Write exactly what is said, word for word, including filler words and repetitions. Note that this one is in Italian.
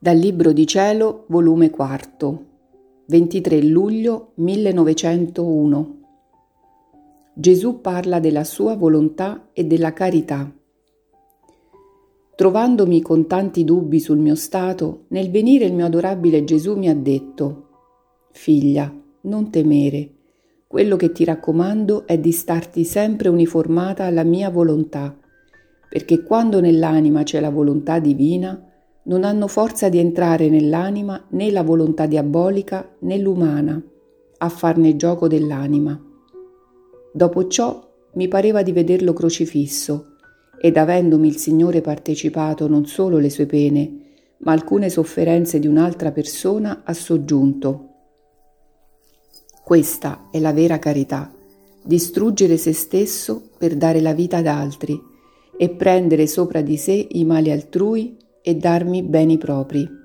Dal Libro di Cielo, volume quarto, ventitré luglio millenovecentouno. Gesù parla della sua volontà e della carità. Trovandomi con tanti dubbi sul mio stato, nel venire il mio adorabile Gesù mi ha detto: «Figlia, non temere. Quello che ti raccomando è di starti sempre uniformata alla mia volontà, perché quando nell'anima c'è la volontà divina, non hanno forza di entrare nell'anima né la volontà diabolica né l'umana, a farne gioco dell'anima». Dopo ciò mi pareva di vederlo crocifisso, ed avendomi il Signore partecipato non solo le sue pene, ma alcune sofferenze di un'altra persona, ha soggiunto: «Questa è la vera carità, distruggere se stesso per dare la vita ad altri, e prendere sopra di sé i mali altrui e darmi beni propri».